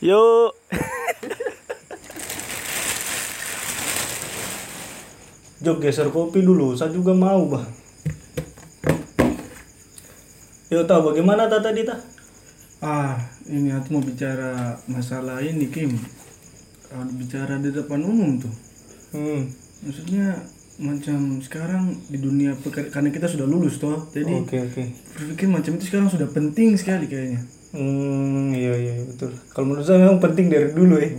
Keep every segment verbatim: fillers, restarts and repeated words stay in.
Yuk. Jok, geser kopi dulu, saya juga mau, bah. Yuk, tahu bagaimana ta tadi, ta? Ah, ini aku mau bicara masalah ini, Kim. Kalau bicara di depan umum tuh. Hmm. Maksudnya macam sekarang di dunia peker- karena kita sudah lulus toh. Jadi Oke, oke. berpikir macam itu sekarang sudah penting sekali kayaknya. Hmm, iya iya betul. Kalau menurut saya memang penting dari dulu ya.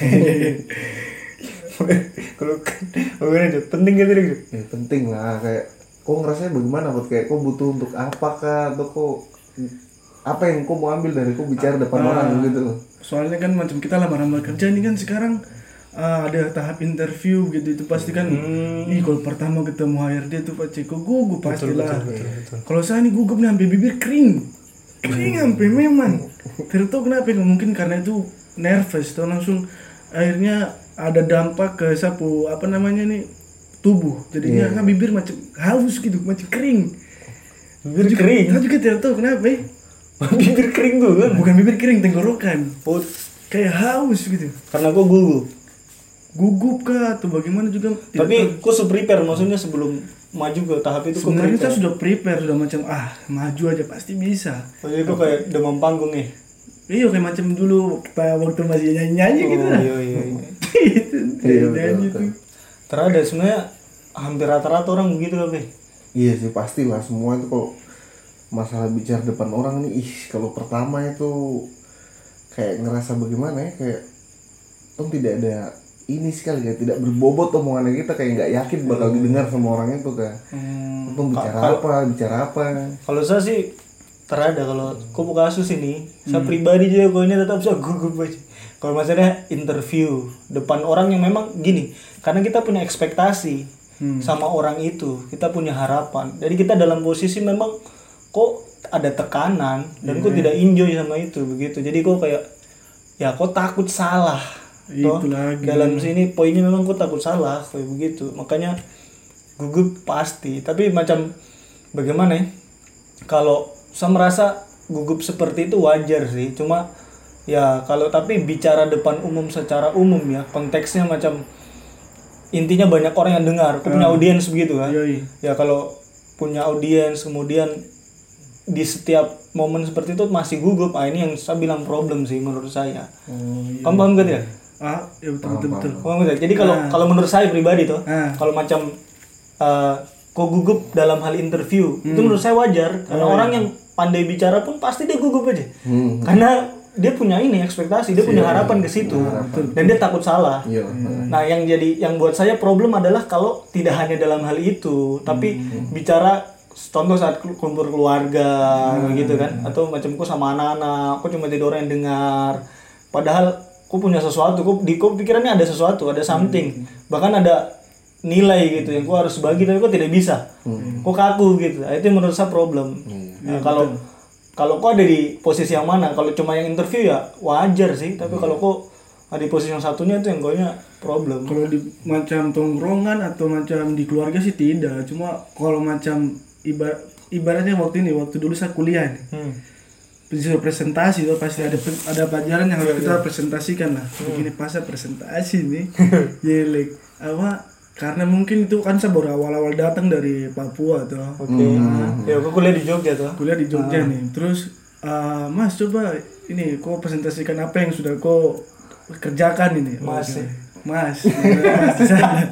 Kalau bagaimana itu penting gitu gitu. Ya penting lah, kayak kok ngerasanya bagaimana buat kayak kok butuh untuk apakah atau kok apa yang kok mau ambil dari kok bicara depan Ah. orang gitu loh. Soalnya kan macam kita lamar-lamar kerja ini kan sekarang ah, ada tahap interview gitu, itu pasti kan ih kalau pertama ketemu H R D tuh pasti kok gugup pastilah. betul, betul. Kalau saya nih gugup nih sampai bibir kering. Kering sampai memang. Tidak tahu kenapa, mungkin karena itu nervous tuh langsung akhirnya ada dampak ke sapu apa namanya nih tubuh. Jadinya kan bibir macam haus gitu, macam kering. Bibir kering. Saya juga tidak tahu kenapa ya. Bibir kering tuh kan. Bukan bibir kering, tenggorokan. Oh, Kayak haus gitu. karena kok gugup. Gugup kah atau bagaimana juga tidak Tapi tahu. kok prepare maksudnya sebelum maju ke tahap itu kok Sebenarnya prepare. saya sudah prepare, sudah macam ah maju aja pasti bisa. Maksudnya kok kayak demam panggung nih. Iya kayak macam dulu kita waktu masih nyanyi-nyanyi gitu Oh, lah. iya iya iya. Gitu, Iya, nyanyi betul, tuh. Terada sebenarnya hampir rata-rata orang begitu kan, Be. Iya sih pastilah, semua itu kalau masalah bicara depan orang nih, ih kalau pertama itu kayak ngerasa bagaimana ya, kayak tom tidak ada ini sekali, kayak tidak berbobot omongannya, kita kayak nggak yakin bakal didengar sama orang itu kan. Hmm, Tom bicara Kal- apa, bicara apa. Kalau saya sih terada kalau kok buka kasus ini, saya pribadi juga kok ini tetap saya gugup aja. Kalau maksudnya interview depan orang yang memang gini, karena kita punya ekspektasi sama orang itu, kita punya harapan. Jadi kita dalam posisi memang kok ada tekanan dan kok tidak enjoy sama itu begitu. Jadi kok kayak ya kok takut salah. Toh, Itu lagi. dalam sini poinnya memang kok takut salah kayak begitu. Makanya gugup pasti. Tapi macam bagaimana ya? Kalau saya merasa gugup seperti itu wajar sih. Cuma ya kalau tapi bicara depan umum secara umum ya, konteksnya macam intinya banyak orang yang dengar, aku punya audiens begitu kan. Iya, iya. Ya kalau punya audiens kemudian di setiap momen seperti itu masih gugup, ah ini yang saya bilang problem sih menurut saya. Oh, iya. Kamu paham gak ya? Ah, ya betul betul betul. Paham gak? Jadi kalau Ah. kalau menurut saya pribadi tuh, Ah. kalau macam uh, kok gugup dalam hal interview, itu menurut saya wajar karena orang yang pandai bicara pun pasti dia gugup aja. Karena dia punya ini ekspektasi, dia punya harapan ke situ dan dia takut salah. Iya. Nah, yang jadi yang buat saya problem adalah kalau tidak hanya dalam hal itu, tapi bicara contoh saat kumpul keluarga gitu kan, atau macamku sama anak-anak, aku cuma jadi orang yang dengar. Padahal aku punya sesuatu, aku di aku pikirannya ada sesuatu, ada something, bahkan ada nilai gitu yang aku harus bagi tapi kok tidak bisa. Kok kaku gitu. Nah, itu yang menurut saya problem. Nah, kalau kalau kok ada di posisi yang mana? Kalau cuma yang interview ya wajar sih, tapi kalau kok ada di posisi yang satunya itu yang kayaknya problem. Kalau di macam tongkrongan atau macam di keluarga sih tidak. Cuma kalau macam ibar ibaratnya waktu ini, waktu dulu saya kuliah nih. Hmm. Disuruh presentasi tuh pasti ada ada pelajaran yang harus kita presentasikan lah. Begini pas saya presentasi nih. Jelek. Apa? Karena mungkin itu kan saya baru awal-awal datang dari Papua tuh. Oke. Ya, aku kuliah di Jogja tuh. Kuliah di Jogja nih. Terus ah, Mas coba ini kau presentasikan apa yang sudah kau kerjakan ini. Mas, Oke. ya. Mas, Mas di sana.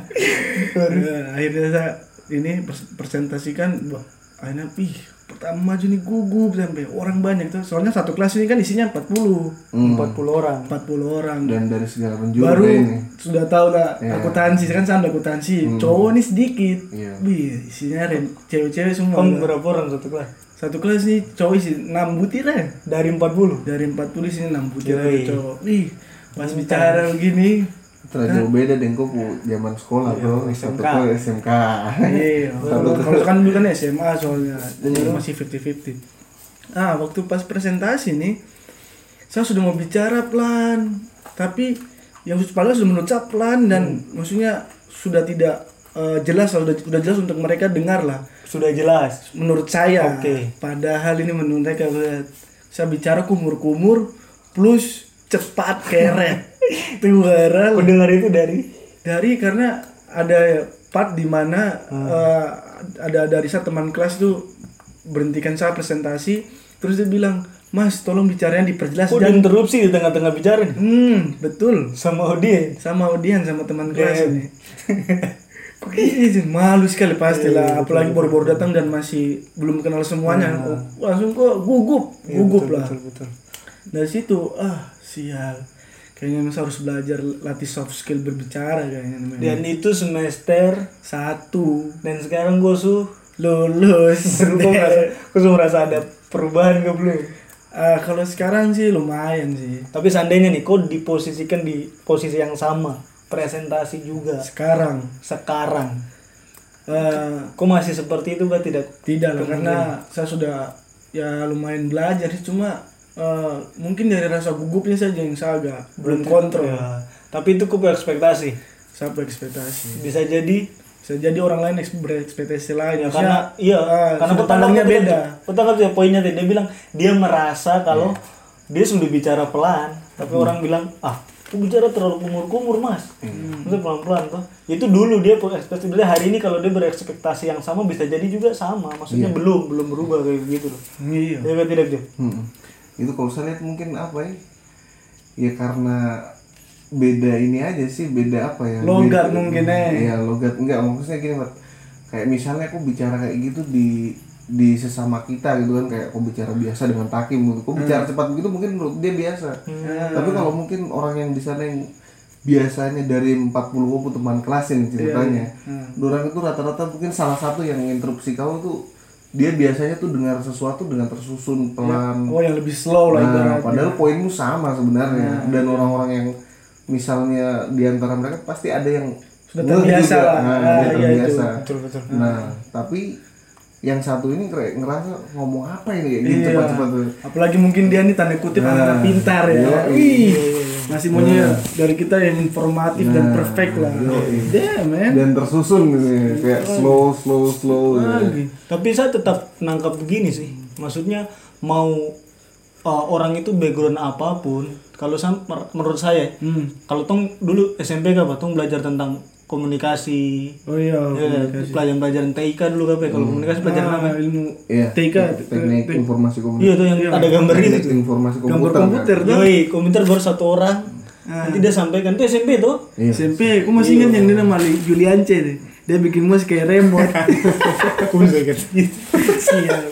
Nah, akhirnya saya ini pres- presentasikan, wah, akhirnya ih pertama maju nih gugup sampai orang banyak tuh. Soalnya satu kelas ini kan isinya empat puluh. empat puluh orang. empat puluh orang. Dan dari segala penjuru Baru ini. sudah tahu lah Iya. akuntansi, kan saya ambil akuntansi. Cowok nih sedikit. Iya. Wih, isinya ren, cewek-cewek semua. Kamu berapa orang satu kelas? Satu kelas nih cowok isi enam butir ya. Dari empat puluh. Dari empat puluh sini enam butir Yoi. cowok. Wih, pas bicara begini. Terlalu jauh beda dengan kok zaman sekolah bro. Satu S M K. ke S M K. Iya, kalau kalau kan dulu kan S M A soalnya, jadi masih fifty fifty. Ah, waktu pas presentasi nih, saya sudah mau bicara pelan, tapi yang padahal sudah menurut saya pelan dan maksudnya sudah tidak eh, jelas, sudah sudah jelas untuk mereka dengar lah. Sudah jelas. Menurut saya. Oke. Padahal ini menurut mereka saya bicara kumur-kumur plus cepat keren. Tuh gara. Aku dengar itu dari Dari karena ada part di mana Hmm. uh, ada dari saya teman kelas tuh berhentikan saya presentasi, terus dia bilang, "Mas, tolong bicaranya diperjelas." Kok Dan diinterupsi di tengah-tengah bicara nih? hmm, betul. Sama audiens. Sama audiens sama teman kelas Damn. ini. Kok gini, malu sekali pastilah, apalagi baru-baru datang dan masih belum kenal semuanya. Oh, langsung kok gugup, Iya, gugup betul, lah. betul, betul. Dari situ, ah sial. Kayaknya mas harus belajar latih soft skill berbicara kayaknya namanya. Dan itu semester Satu dan sekarang gue su lulus. gue merasa gue merasa ada perubahan gak belum. Ah, kalau sekarang sih lumayan sih. Tapi seandainya nih kau diposisikan di posisi yang sama, presentasi juga Sekarang sekarang, eh, kau masih seperti itu gak tidak? tidak lah, karena saya sudah ya lumayan belajar sih, cuma eh, mungkin dari rasa gugupnya saja yang saya agak belum kontrol. Ya, tapi itu kau ekspektasi. Saya berekspektasi. Bisa jadi Bisa jadi orang lain eks- berekspektasi lain. ya, Maksudnya, karena iya ah, karena sudut pandangnya pandangnya beda. Kau tangkap ya poinnya tadi, dia bilang dia merasa kalau dia sudah bicara pelan, tapi orang bilang ah aku bicara terlalu kumur-kumur mas, maksudnya pelan-pelan tuh. Itu dulu dia berekspektasi, berarti hari ini kalau dia berekspektasi yang sama bisa jadi juga sama, maksudnya belum belum berubah kayak begitu loh. Iya. Ya kan tidak Jo? Hmm. Itu kalau saya lihat mungkin apa ya? Ya karena beda ini aja sih, beda apa ya? Logat Beda- mungkin, eh. Iya, logat enggak maksudnya gini, Mat. Kayak misalnya aku bicara kayak gitu di di sesama kita gitu kan, kayak aku bicara biasa dengan Takim gitu. Aku bicara cepat begitu mungkin menurut dia biasa. Tapi kalau mungkin orang yang di sana yang biasanya dari empat puluh orang teman kelas yang ceritanya, orang itu rata-rata mungkin salah satu yang interupsi kamu tuh dia biasanya tuh dengar sesuatu dengan tersusun pelan. Oh yang lebih slow lah Nah, ibaratnya. padahal poinmu sama sebenarnya. Dan orang-orang yang misalnya di antara mereka pasti ada yang Sudah ngeh terbiasa juga. lah. Nah, Ah, dia iya, terbiasa. itu. Betul betul. Nah, tapi yang satu ini kayak ngerasa ngomong apa ini kayak gitu Iya. cepat-cepat tuh. Apalagi mungkin dia nih tanda kutip Nah, anak pintar ya. yoi. Wih, masih maunya dari kita yang informatif dan perfect lah. yoi. Damn man. Dan tersusun gitu ya. Kayak slow slow slow gitu. Lagi. Tapi saya tetap nangkap begini sih, maksudnya mau uh, orang itu background apapun, kalau saya, mer- menurut saya, Hmm. kalau tong dulu S M P apa, tong belajar tentang komunikasi, Oh iya. ya, pelajaran-pelajaran T I K dulu apa ya, kalau komunikasi pelajaran apa? Ah, ilmu Iya. T K. Teknik informasi Iya komunikasi. tuh yang ada gambar itu Teknik tuh. informasi Gambar komputer. komputer kan? tuh. Yoi, komputer baru satu orang. Nanti dia sampaikan itu S M P tuh. Iya. S M P, aku masih ingat yang dia nama Juliance deh. Dia bikin mus kayak remote. Aku bisa ingat. Sial.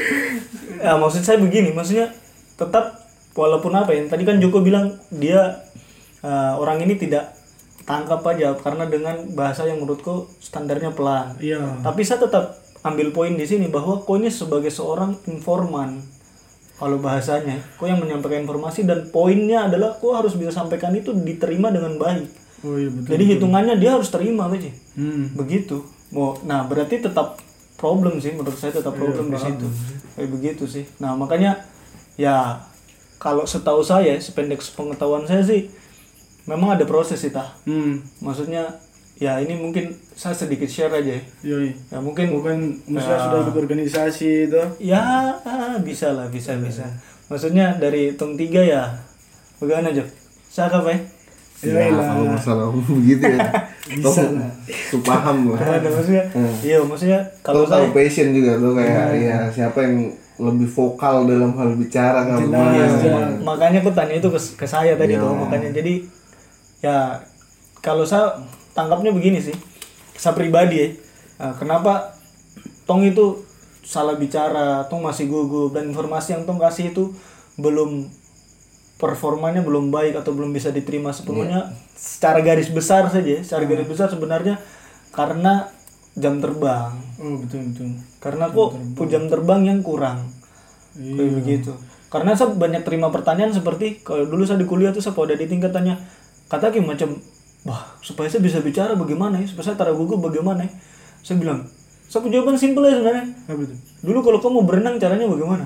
Ya, maksud saya begini, maksudnya tetap walaupun apa ya, tadi kan Joko bilang dia uh, orang ini tidak tangkap aja karena dengan bahasa yang menurutku standarnya pelan. Iya. Tapi saya tetap ambil poin di sini bahwa kau ini sebagai seorang informan. Kalau bahasanya, kau yang menyampaikan informasi dan poinnya adalah kau harus bisa sampaikan itu diterima dengan baik. Oh iya betul. Jadi hitungannya dia harus terima aja. Hmm. Begitu. Mau, nah berarti tetap problem sih menurut saya, tetap problem di situ. Kayak begitu sih. Nah makanya ya kalau setahu saya, sependek pengetahuan saya sih, memang ada proses sih tah. Hmm. Maksudnya ya ini mungkin saya sedikit share aja ya. Yoi. Ya mungkin Bukan maksudnya Ya. sudah ikut organisasi itu. ya bisa lah, bisa bisa. Maksudnya dari tong tiga ya bagaimana Jo? Saya apa ya? Ya, kalau masalah begitu ya. Bisa Toh, lah. tuh paham lah. Ada maksudnya, iya maksudnya Kalau kalau tahu saya passion juga tuh kayak ya siapa yang lebih vokal dalam hal bicara kan. Jelas, Iya, jelas. makanya aku tanya itu ke, ke saya tadi Iya. tuh, makanya jadi ya kalau saya tangkapnya begini sih, saya pribadi ya, nah, kenapa tong itu salah bicara, tong masih gugup dan informasi yang tong kasih itu belum performanya belum baik atau belum bisa diterima sepenuhnya secara garis besar saja, secara garis besar sebenarnya karena jam terbang, Oh betul betul. karena kok jam terbang yang kurang. Kayak begitu. Karena saya banyak terima pertanyaan seperti kalau dulu saya di kuliah tuh saya kalau ada di tingkat tanya kata Kim macam wah supaya saya bisa bicara bagaimana ya, supaya saya tara gugup bagaimana ya. Saya bilang saya punya jawaban simpel ya sebenarnya. Apa itu? Dulu kalau kamu berenang caranya bagaimana?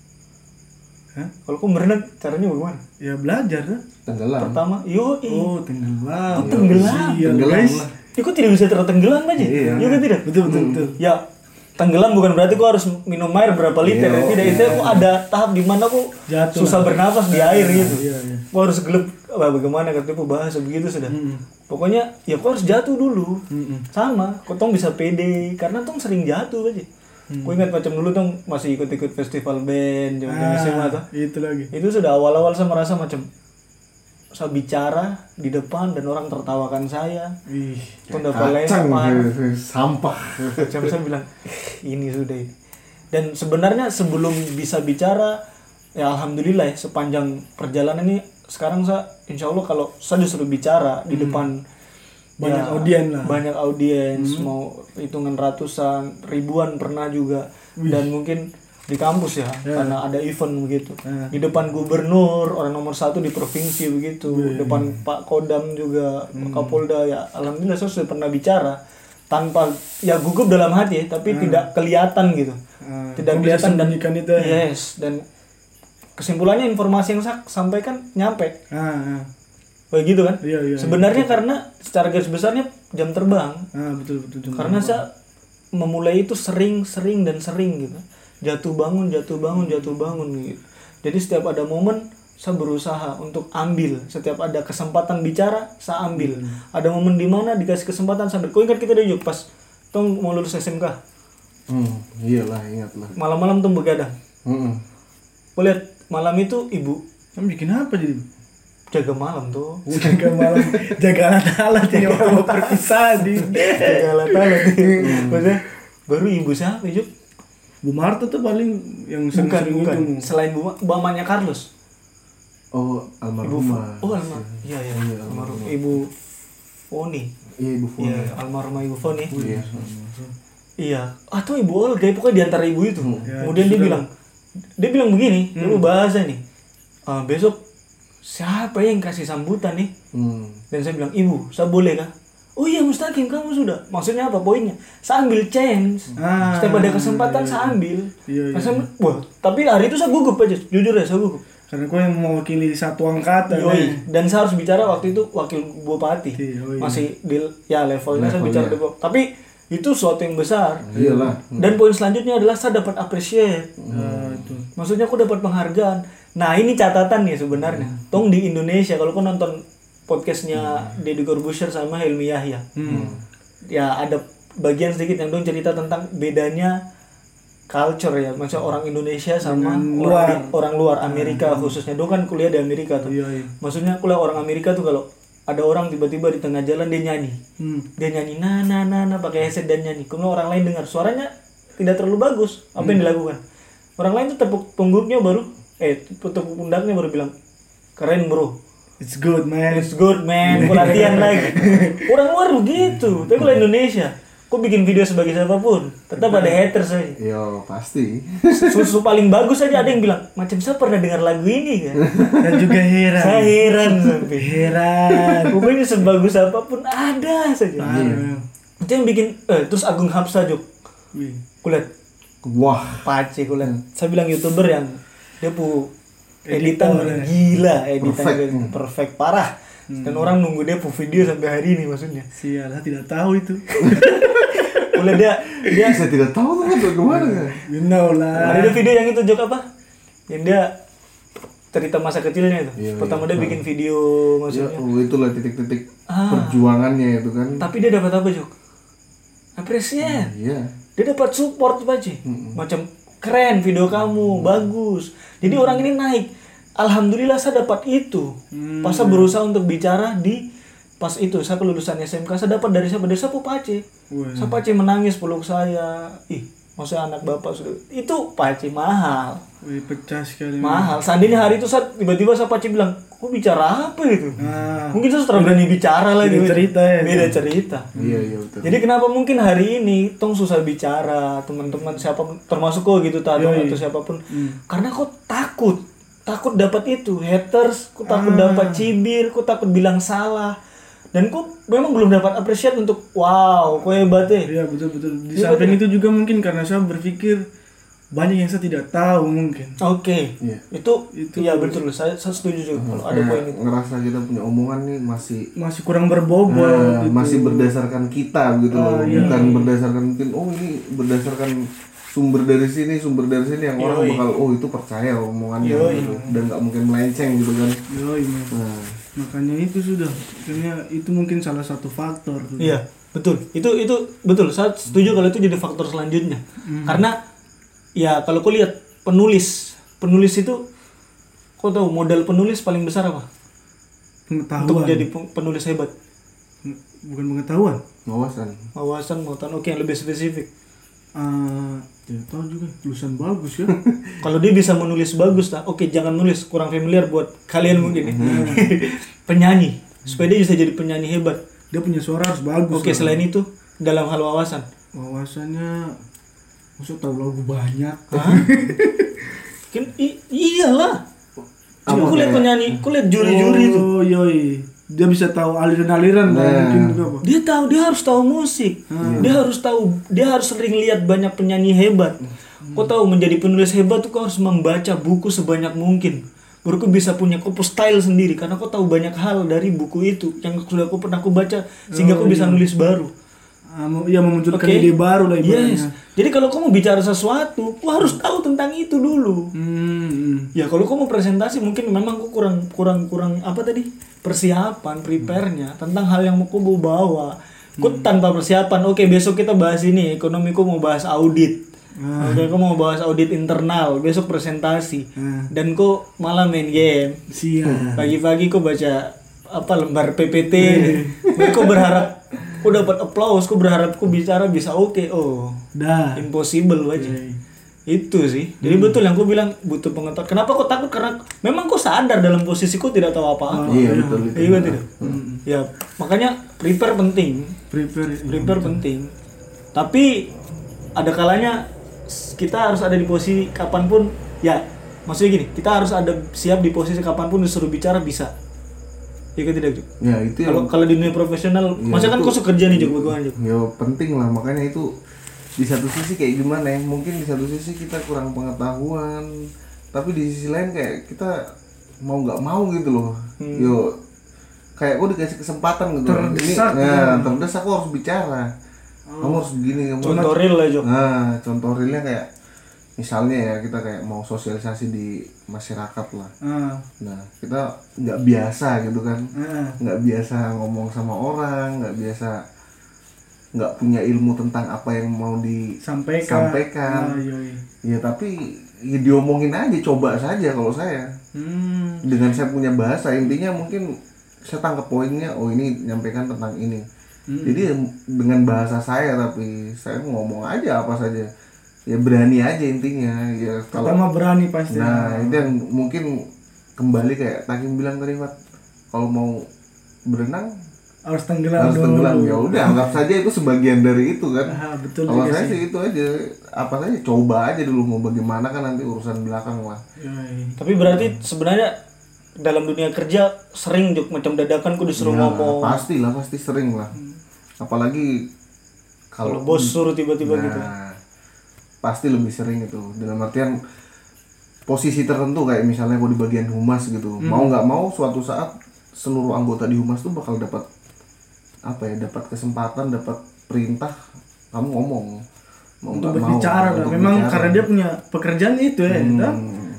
Hah? Kalau kamu berenang caranya bagaimana? Ya belajar tuh. Tenggelam. Pertama, yo Oh tenggelam. tenggelam. Iya Tenggelam guys. lah. Itu tidak bisa tertenggelam aja. Iya. Iya kan tidak? Betul betul betul. Ya tenggelam bukan berarti aku harus minum air berapa liter. Iya, Tidak, iya. itu aku ada tahap di mana aku Jatuh susah lah. bernafas di air gitu. Iya, iya. Aku harus gelap apa bagaimana kata aku bahasa begitu sudah. Mm-mm. Pokoknya ya aku harus jatuh dulu. Mm-mm. Sama, kok tong bisa pede karena tong sering jatuh aja. Hmm. Aku ingat macam dulu tong masih ikut-ikut festival band zaman Ah, S M A tuh. itu lagi. Itu sudah awal-awal saya merasa macam saya bicara di depan dan orang tertawakan saya. Wih. Tong dapat Kacang, lempar. eh, sampah. Macam saya bilang, "Eh, ini sudah ini." Dan sebenarnya sebelum bisa bicara, ya alhamdulillah ya, sepanjang perjalanan ini sekarang saya insya Allah kalau saya disuruh bicara di depan Banyak ya, audien lah. banyak audiens, mau hitungan ratusan, ribuan pernah juga. Dan mungkin di kampus ya, karena ada event begitu. Ya. Di depan gubernur, orang nomor satu di provinsi begitu, depan Pak Kodam juga, Pak Kapolda ya. Alhamdulillah saya sudah pernah bicara tanpa ya gugup dalam hati ya, tapi tidak kelihatan gitu. Ah, Tidak kau bisa kelihatan dan sembunyikan itu ya? yes, dan kesimpulannya informasi yang saya sampaikan nyampe. Ah, ah. Kayak gitu kan? Iya, iya. Sebenarnya karena secara garis besarnya jam terbang. Ah, betul betul. betul. Karena saya memulai itu sering, sering dan sering gitu. Jatuh bangun, jatuh bangun, jatuh bangun gitu. Jadi setiap ada momen saya berusaha untuk ambil. Setiap ada kesempatan bicara, saya ambil. Ada momen di mana dikasih kesempatan sambil. Kau ingat kita dulu pas tong mau lulus S M K. Hmm, iyalah ingatlah. Malam-malam tuh begadang. Hmm. Kau lihat malam itu ibu Kamu bikin apa jadi? jaga malam tuh. Jaga malam, jaga alat-alat yang mau berpisah di. Jaga alat-alat. Maksudnya baru ibu siapa, Juk? Bu Marta tuh paling yang Bukan, sering-sering bukan. itu. Selain bu, mamanya Carlos. Oh, Ibu almarhumah. Oh, almar. Iya, iya. Almarhum Ibu Foni. Iya, Ibu Foni. Iya, almarhumah Ibu Foni. Iya. Iya. Atau Ibu Olga, pokoknya di antara ibu itu. Ya, Kemudian dia sudah. bilang, dia bilang begini, dia mau bahasa nih. "Ah, besok siapa yang kasih sambutan nih?" Hmm. Dan saya bilang, "Ibu, saya boleh kah?" "Oh iya Mustaqim, kamu sudah." Maksudnya apa poinnya? Saya ambil chance. Ah, Setiap ada kesempatan saya ambil. Iya, iya. Nah, saya- wah, tapi hari itu saya gugup aja, jujur ya saya gugup. Karena kau yang mewakili satu angkatan. Yoi. ya. Dan saya harus bicara waktu itu wakil bupati. Yoi. Masih di ya levelnya saya Levelnya. bicara di bawah. Tapi itu suatu yang besar. Iyalah. Dan poin selanjutnya adalah saya dapat appreciate. Ah, itu. Maksudnya aku dapat penghargaan. Nah ini catatan nih sebenarnya. Tong di Indonesia kalau kau nonton podcastnya Deddy Corbuzier sama Helmi Yahya, Hmm. ya ada bagian sedikit yang dong cerita tentang bedanya culture ya, maksudnya orang Indonesia sama Dengan orang luar. di- orang luar Amerika khususnya. Dong kan kuliah di Amerika tuh. Iya, iya. Maksudnya kuliah orang Amerika tuh kalau ada orang tiba-tiba di tengah jalan dia nyanyi, Hmm. dia nyanyi na na na na pakai headset dan nyanyi. Kemudian orang lain dengar suaranya tidak terlalu bagus, apa yang dilakukan? Orang lain tuh tepuk punggungnya baru, eh tepuk pundaknya baru bilang keren bro, It's good, man. it's good man, aku latihan lagi. Orang luar begitu, tapi kalau Indonesia, kok bikin video sebagai siapapun, tetap ada haters aja. Yo, pasti. Susu paling bagus aja ada yang bilang macam saya pernah dengar lagu ini kan. Dan juga heran. Saya heran sampai. Heran. Pokoknya sebagus apapun ada saja. Ah, Itu yang bikin eh terus Agung Hapsa Juk. wih. Kulihat Wah. pace kulihat. Saya bilang YouTuber yang dia pu editan Editor, ya. gila, editan Perfect. perfect, perfect parah. Dan orang nunggu dia pu video sampai hari ini maksudnya. Sial, saya tidak tahu itu. Kulihat dia dia Saya tidak tahu tuh kan kemana kan. You know lah. ada video yang itu Juk apa? Yang dia cerita masa kecilnya itu. Iya, Pertama iya. dia bikin video Ya, maksudnya. oh, itulah titik-titik Ah. perjuangannya itu kan. Tapi dia dapat apa Juk? Appreciate. Iya. Dia dapat support aja. Macam keren video kamu, bagus. Jadi orang ini naik. Alhamdulillah saya dapat itu. Pas saya berusaha untuk bicara di pas itu saya kelulusan S M K, saya dapat dari siapa? Dari siapa Pace. Wah. Saya Pace menangis peluk saya. Ih, maksudnya anak bapak sudah. Itu Pace mahal. Wih, pecah sekali. Mahal. Seandainya hari itu saya tiba-tiba saya Pace bilang, "Kok bicara apa itu?" Ah, Mungkin saya sudah berani bicara lagi. beda cerita ya. Beda cerita. Iya, iya betul. Jadi kenapa mungkin hari ini tong susah bicara teman-teman siapapun termasuk kok gitu tadi Yoi. atau siapapun Hmm. karena kok takut takut dapat itu haters, kok takut Ah. dapat cibir, kok takut bilang salah dan kok memang belum dapat appreciate untuk wow kok hebat ya. Iya betul betul. Di Iya, samping betul. itu juga mungkin karena saya berpikir banyak yang saya tidak tahu mungkin. Oke, Iya. itu Itu- iya betul, saya, saya setuju juga kalau ada Kayak poin itu. ngerasa kita punya omongan nih masih Masih kurang berbobot. Nah, gitu. masih berdasarkan kita gitu loh, Ah, iya. bukan berdasarkan mungkin oh ini berdasarkan sumber dari sini sumber dari sini yang orang Yoi. bakal oh itu percaya omongannya Yoi. gitu. Dan nggak mungkin melenceng gitu kan. Yoi, men. Nah, Makanya itu sudah, makanya itu mungkin salah satu faktor. tuh. Iya, betul. Itu itu betul. Saya setuju kalau itu jadi faktor selanjutnya. Karena ya kalau kau lihat penulis, penulis itu kau tahu modal penulis paling besar apa? Pengetahuan. Untuk menjadi pe- penulis hebat. Bukan pengetahuan. wawasan. Wawasan, pengetahuan. Oke, yang lebih spesifik. Ah, tidak tahu juga tulisan bagus ya. Kalau dia bisa menulis bagus lah, oke jangan nulis, kurang familiar buat kalian mungkin ya. Penyanyi, supaya dia bisa jadi penyanyi hebat. Dia punya suara harus bagus. Oke, lah. selain itu dalam hal wawasan. Wawasannya maksud tahu lagu banyak. Hah? Kan i- iyalah. Coba Apa aku lihat kayak- penyanyi, aku lihat juri-juri itu. Oh, yoi. Dia bisa tahu aliran-aliran lah Nah. mungkin juga, Pak. Dia tahu, dia harus tahu musik. Dia harus tahu, dia harus sering lihat banyak penyanyi hebat. Kau tahu menjadi penulis hebat tuh kau harus membaca buku sebanyak mungkin. Baru kau bisa punya kau style sendiri karena kau tahu banyak hal dari buku itu yang sudah kau pernah kau baca sehingga kau bisa nulis baru. Ah, mau- ya memunculkan Oke. ide baru lah ibaratnya. Yes. Jadi kalau kau mau bicara sesuatu, kau harus tahu tentang itu dulu. Hmm, hmm. Ya kalau kau mau presentasi mungkin memang kau kurang kurang kurang apa tadi persiapan, prepare-nya tentang hal yang mau kau mau bawa. Kau tanpa persiapan, oke besok kita bahas ini ekonomi, kau mau bahas audit. Oke, kau mau bahas audit internal, besok presentasi. Hmm. Dan kau malah main game. Siap. Pagi-pagi kau baca apa lembar P P T. Kau berharap kau dapat applause, kau berharap kau bicara bisa oke. Oh, Dah. impossible aja. Oke. Itu sih. Jadi betul yang kau bilang butuh pengetahuan. Kenapa kau takut? Karena memang kau sadar dalam posisi kau tidak tahu apa-apa. Iya betul itu. Iya tidak? Ya, makanya prepare penting. Prepare. Prepare penting. Tapi ada kalanya kita harus ada di posisi kapanpun ya. Maksudnya gini, kita harus ada siap di posisi kapanpun disuruh bicara bisa. Iya kan tidak, Juk? Ya itu yang Kalau kalau di dunia profesional, Ya, maksudnya kan itu- kau suka kerja nih, Juk, bagaimana, Juk? ya penting lah, makanya itu di satu sisi kayak gimana ya, mungkin di satu sisi kita kurang pengetahuan, tapi di sisi lain kayak kita mau nggak mau gitu loh. Hmm. Yo kayak gue dikasih kesempatan gitu. Terdesak, Ini, ya. ya, terdesak aku harus bicara. Kamu harus begini, kamu harus- Contoh real lah, Juk. Nah, contoh realnya kayak misalnya ya kita kayak mau sosialisasi di masyarakat lah. Ah, Nah, kita nggak biasa gitu kan. ah. Nggak biasa ngomong sama orang, nggak biasa nggak punya ilmu tentang apa yang mau Sampaikan. disampaikan. Ah, yoi. Ya tapi ya diomongin aja, coba saja kalau saya. Hmm. Dengan saya punya bahasa, intinya mungkin saya tangkap poinnya, oh ini nyampaikan tentang ini. Hmm. Jadi dengan bahasa saya, tapi saya ngomong aja apa saja. Ya berani aja intinya. Ya kalau Pertama berani pasti. nah itu yang mungkin kembali kayak Takim bilang tadi, Pak. Kalau mau berenang Harus tenggelam harus dulu. tenggelam, ya udah anggap saja itu sebagian dari itu kan. Ah, betul Kalau juga saya sih. sih itu aja, apa saja coba aja dulu, mau bagaimana kan nanti urusan belakang lah. Yoi. Tapi berarti sebenarnya dalam dunia kerja sering, Juk, macam dadakan ku disuruh Ya, ngomong. pasti lah, pasti sering lah. Apalagi Kalau kalau bos suruh tiba-tiba nah, gitu. pasti lebih sering itu. Dalam artian posisi tertentu kayak misalnya aku di bagian humas gitu. Hmm. Mau nggak mau suatu saat seluruh anggota di humas tuh bakal dapat apa ya? Dapat kesempatan, dapat perintah kamu ngomong. Mau Untuk nggak mau, berbicara lah. untuk Memang bicara. karena dia punya pekerjaan itu ya. Hmm. toh?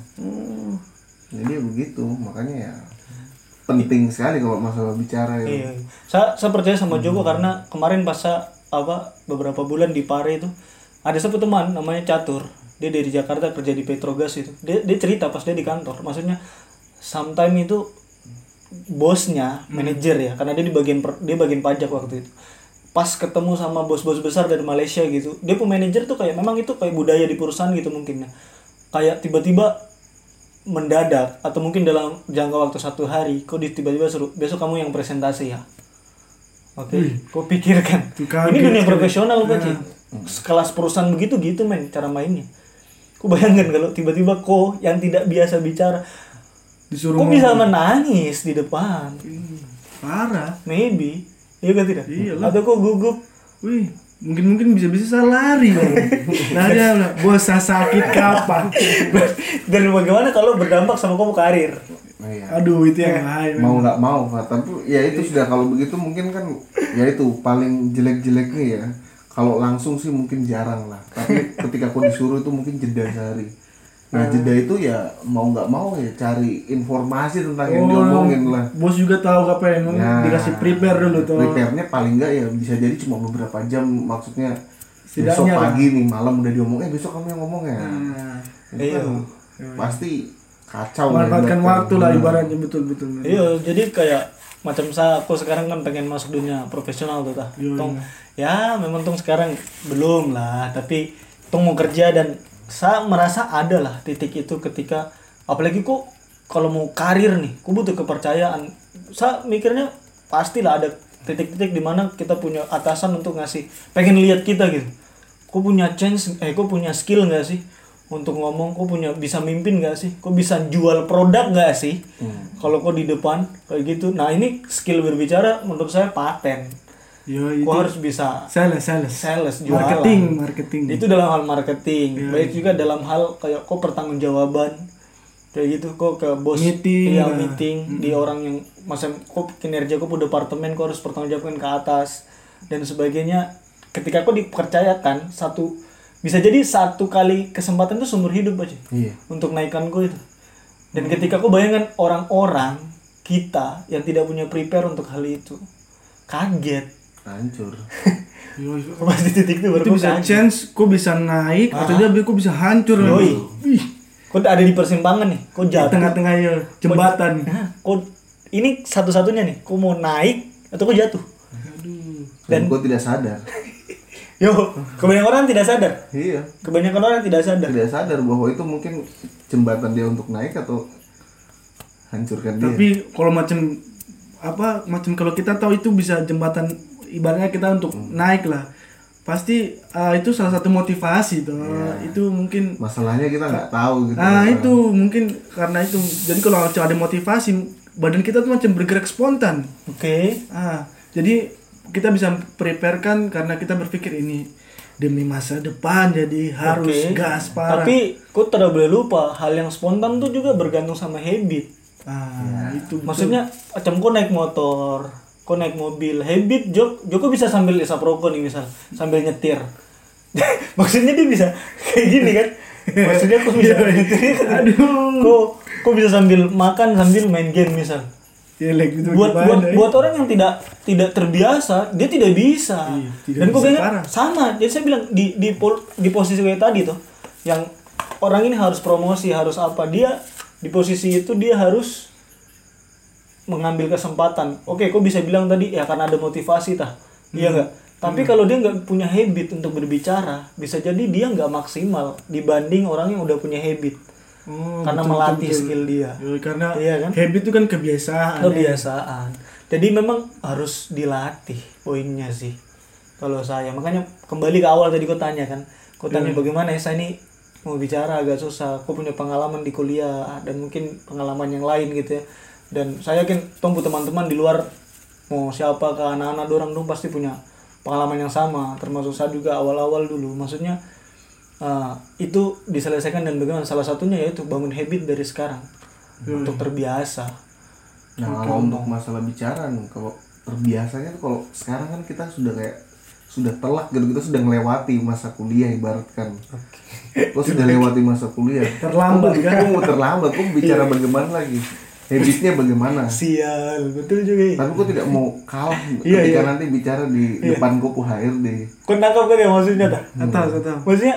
Jadi begitu, makanya ya penting sekali kalau masalah bicara ya. Iya. Saya saya percaya sama Joko karena kemarin pas saya apa beberapa bulan di Pare itu ada satu teman namanya Catur. Dia dari Jakarta kerja di Petrogas itu. Dia dia cerita pas dia di kantor. Maksudnya sometime itu bosnya, manajer ya, karena dia di bagian per- dia bagian pajak waktu itu. Pas ketemu sama bos-bos besar dari Malaysia gitu. Dia pun manajer tuh kayak memang itu kayak budaya di perusahaan gitu mungkin ya. Kayak tiba-tiba mendadak atau mungkin dalam jangka waktu satu hari kau di- tiba-tiba suruh besok kamu yang presentasi ya. Oke, kau pikirkan. Tuh kaget Ini dunia sekali. profesional Pak Ci. Sekelas perusahaan begitu gitu men cara mainnya. Kau bayangkan kalau tiba-tiba kau yang tidak biasa bicara, Disuruh kau ngomong. bisa menangis di depan. Parah. Maybe, iya kan tidak? Iyalah. Atau kau gugup. Wih, mungkin mungkin bisa bisa saya lari bang. Nah dia bilang, bos saya sakit kapan? Dan bagaimana kalau berdampak sama kamu karir? Nah, iya. Aduh itu yang lain. Mau nggak mau Pak, tapi ya itu sudah kalau begitu mungkin kan ya itu paling jelek-jeleknya ya. Kalau langsung sih mungkin jarang lah, tapi ketika aku disuruh itu mungkin jeda sehari. Nah jeda itu ya mau nggak mau ya cari informasi tentang yang diomongin lah. Bos juga tahu apa yang Ya, dikasih prepare dulu tuh. Prepare-nya paling nggak ya bisa jadi cuma beberapa jam, maksudnya Setidaknya besok lah. pagi nih malam udah diomongin, eh besok kamu yang ngomong ya. Nah, Itu iya. kan pasti kacau. manfaatkan ya, waktu lah Hmm. ibaratnya betul-betul. Iya, jadi kayak macam saya, aku sekarang kan pengen masuk dunia profesional tuh tah. Iya, Tong, ya memang tong sekarang belum lah, tapi tong mau kerja dan saya merasa ada lah titik itu ketika apalagi kok kalau mau karir nih, kok butuh kepercayaan. Saya mikirnya pastilah ada titik-titik di mana kita punya atasan untuk ngasih pengen lihat kita gitu. Kok punya chance, eh kok punya skill nggak sih untuk ngomong, kok punya bisa mimpin nggak sih, kok bisa jual produk nggak sih, hmm. kalau kok di depan kayak gitu. Nah ini skill berbicara menurut saya paten. Yo, itu Kok harus bisa sales, sales, sales, jualan, marketing, marketing. itu dalam hal marketing. Ya, Baik juga dalam hal kayak kok pertanggungjawaban kayak gitu, kok ke bos, Meeting, iya ya. meeting Mm-mm. di orang yang masa kok kinerja kok departemen kok harus pertanggungjawabkan ke atas dan sebagainya. Ketika kok dipercayakan satu, bisa jadi satu kali kesempatan itu seumur hidup aja Iya. untuk naikkan gue itu. Dan ketika kok bayangkan orang-orang kita yang tidak punya prepare untuk hal itu, kaget. Hancur. Yo, Pas di titik itu baru itu kok bisa kaget. chance, kok bisa naik atau dia kok bisa hancur. Yoi. Ih, Kok ada di persimpangan nih, kok di jatuh. tengah-tengah ya, jembatan. Nah, kok ini satu-satunya nih, kok mau naik atau kok jatuh. Aduh. Dan Dan- gue tidak sadar. Yo, kebanyakan orang tidak sadar. Iya. Kebanyakan orang tidak sadar. Tidak sadar bahwa itu mungkin jembatan dia untuk naik atau hancurkan dia. Tapi kalau macam apa macam kalau kita tahu itu bisa jembatan ibaratnya kita untuk naik lah. Pasti uh, itu salah satu motivasi tuh. Iya. Itu mungkin Masalahnya kita nggak tahu gitu. ah itu mungkin karena itu. Jadi kalau macam ada motivasi badan kita tuh macam bergerak spontan. Oke. Ah, jadi kita bisa preparekan karena kita berpikir ini demi masa depan jadi harus Oke. gas parah. Tapi kok tidak boleh lupa hal yang spontan tuh juga bergantung sama habit. ah itu betul. Maksudnya macam kok naik motor, kok naik mobil, habit Jok, Joko bisa sambil isap rokok nih misal, sambil nyetir. Maksudnya dia bisa kayak gini kan? Maksudnya kok bisa nyetir? Aduh. Kok kok bisa sambil makan sambil main game misal? Jelek gitu Buat gimana, buat ya? buat orang yang tidak tidak terbiasa, dia tidak bisa. Iya, tidak Dan kok bisa, bilang parah. sama. Jadi saya bilang di di pol- di posisi kayak tadi tuh, yang orang ini harus promosi, harus apa, dia di posisi itu dia harus mengambil kesempatan. Oke, kok bisa bilang tadi ya karena ada motivasi tah. Iya enggak? Tapi kalau dia nggak punya habit untuk berbicara, bisa jadi dia nggak maksimal dibanding orang yang udah punya habit. Oh, Karena betul, melatih betul, skill dia. betul. Ya, karena Iya kan? habit itu kan kebiasaan. Kebiasaan. Jadi memang harus dilatih poinnya sih. Kalau saya, makanya kembali ke awal tadi kau tanya kan. Kau tanya Hmm. bagaimana ya saya ini mau bicara agak susah. Kau punya pengalaman di kuliah dan mungkin pengalaman yang lain gitu ya. Dan saya yakin tunggu teman-teman di luar mau siapa ke anak-anak dorang dong pasti punya pengalaman yang sama. Termasuk saya juga awal-awal dulu. Maksudnya uh, itu diselesaikan dan bagaimana? Salah satunya yaitu bangun habit dari sekarang untuk terbiasa. Nah kalau untuk masalah bicara nih, kalau terbiasanya tuh kalau sekarang kan kita sudah kayak sudah telak gitu, kita sudah melewati masa kuliah ibaratkan. Lo sudah lewati masa kuliah. Terlambat, Kok- kan? kok mau terlambat, kok bicara bagaimana lagi? Habitnya bagaimana? Sial, betul juga ya. Tapi kok tidak mau kalah Iya, ketika iya. nanti bicara di depan Kopo H R D. Kau nangkap kan ya maksudnya dah? Atau atau. Maksudnya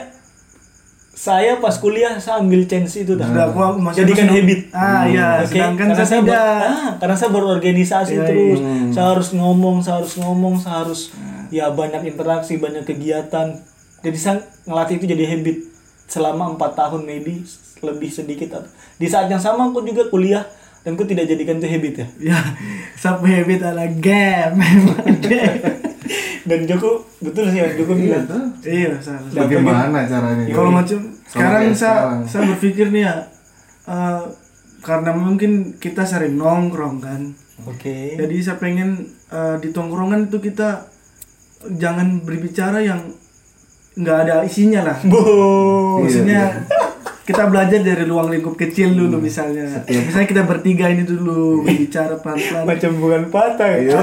saya pas kuliah saya ambil chance itu dah. Sudah aku aku masih Jadikan masih- habit. Ah iya, Oke, sedangkan karena saya saya ber- tidak. ah, karena saya berorganisasi Iya, terus. iya. Saya harus ngomong, saya harus ngomong, saya harus ya banyak interaksi, banyak kegiatan. Jadi saya ngelatih itu jadi habit selama empat tahun maybe lebih sedikit atau di saat yang sama aku juga kuliah dan aku tidak jadikan itu habit ya. Ya, sampai habit ala game memang. Dan Joko betul sih yang Joko Iya bilang. tuh. Iya, salah. Bagaimana caranya? Kalau macam sekarang kayak saya sekarang. saya berpikir nih ya eh, karena mungkin kita sering nongkrong kan. Oke. Jadi saya pengen eh, di tongkrongan itu kita jangan berbicara yang nggak ada isinya lah. Bu. Maksudnya kita belajar dari ruang lingkup kecil dulu misalnya. Misalnya kita bertiga ini dulu berbicara pelan-pelan. Macam bukan patah ya.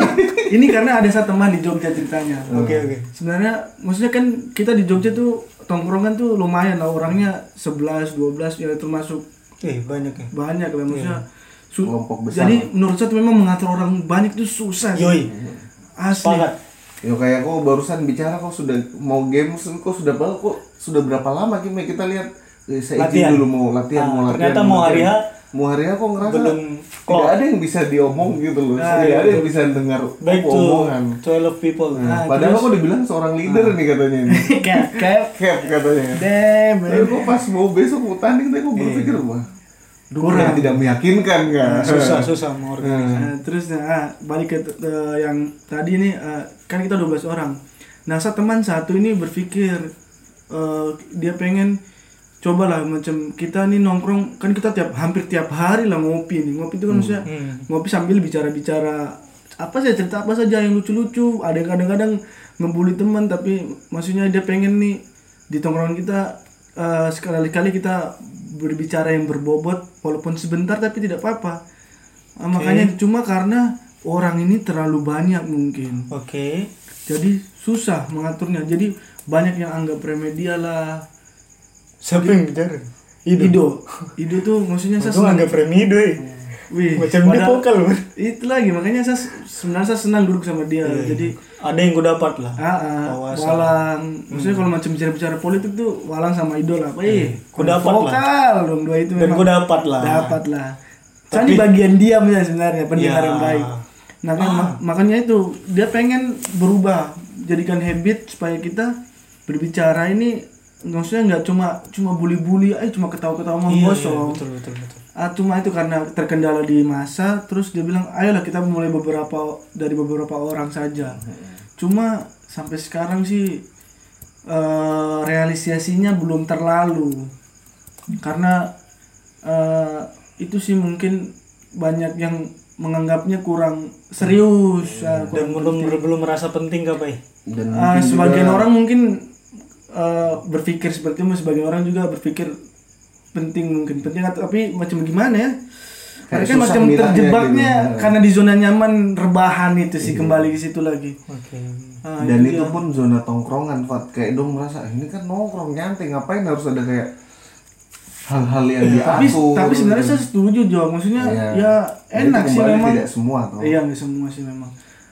Ini karena ada satu teman di Jogja ceritanya. Oke oke. Sebenarnya maksudnya kan kita di Jogja tuh tongkrongan tuh lumayan lah, orangnya sebelas dua belas ya, termasuk Eh banyak ya. banyak lah maksudnya. Su- Kelompok besar. Jadi menurut saya tuh memang mengatur orang banyak tuh susah. Yoi. Asli. Sepakat. Yo kayak kok barusan bicara kok sudah mau games kok sudah berapa kok sudah berapa lama Kim kita lihat eh, saya izin Latihan. dulu mau latihan Ah, mau latihan. ternyata mau hari latihan. H mau hari H kok ngerasa belum tidak klop. ada yang bisa diomong gitu loh. Ah, tidak iya, ada yang bisa dengar Back to omongan. twelve people. Nah, Nah, padahal terus- kok dibilang seorang leader nih katanya ini. kayak kayak Cap katanya. damn. Tapi kok pas mau besok mau tanding tadi kok berpikir wah kurang tidak meyakinkan kan. Susah susah mau organisasi. Nah, terus nah, balik ke uh, yang tadi nih uh, kan kita dua belas orang. Nah, saat teman satu ini berpikir uh, dia pengen cobalah macam kita nih nongkrong kan kita tiap hampir tiap hari lah ngopi nih. Ngopi itu kan maksudnya Hmm. ngopi sambil bicara-bicara apa sih cerita apa saja yang lucu-lucu. Ada yang kadang-kadang ngebully teman tapi maksudnya dia pengen nih di tongkrongan kita uh, sekali-kali kita berbicara yang berbobot walaupun sebentar tapi tidak apa-apa. Nah, makanya cuma karena orang ini terlalu banyak mungkin. Oke. Jadi susah mengaturnya. Jadi banyak yang anggap remeh dia lah. Siapa yang bicara? Ido. Ido tuh maksudnya saya Aku senang. anggap Remido ya. Wih, Macam dia padahal- vokal ber. Itu lagi makanya saya sebenarnya saya senang duduk sama dia. Jadi Ada yang gue dapat lah. ah, ah, Wawasan. Walang. Maksudnya kalau macam bicara-bicara politik tuh Walang sama Ido lah. Eh, Ku dapat lah. vokal dong dua itu Dan memang. gue dapat lah. Dapat lah. Saya Tapi- di bagian diam ya sebenarnya pendengar Ya. yang baik. Nah, kan, mak- makanya itu dia pengen berubah, jadikan habit supaya kita berbicara ini maksudnya nggak cuma cuma bully-bully, eh cuma ketawa-ketawa mau Iya, iya, gosong. betul betul betul. Ah, cuma itu karena terkendala di masa, terus dia bilang, ayolah kita mulai beberapa dari beberapa orang saja. Cuma sampai sekarang sih eh, realisasinya belum terlalu, karena eh, itu sih mungkin banyak yang menganggapnya kurang serius. ah, Dan kurang belum belum merasa penting gak Pak? Dan Ah, mungkin sebagian juga- orang mungkin eh, berpikir seperti itu, sebagian orang juga berpikir penting mungkin penting atau tapi macam gimana ya? Kayak Mereka susah macam milahnya terjebaknya gitu. karena di zona nyaman rebahan itu sih kembali ke situ lagi. Oke. Ah, dan itu itu dia. pun zona tongkrongan Fat kayak dong merasa "Ah, ini kan nongkrong nyantai ngapain harus ada kayak hal-hal yang diatur tapi tapi sebenarnya gitu. saya setuju Jo, maksudnya Iya. ya enak Itu sih kembali memang. tidak semua toh. Iya nggak semua sih memang.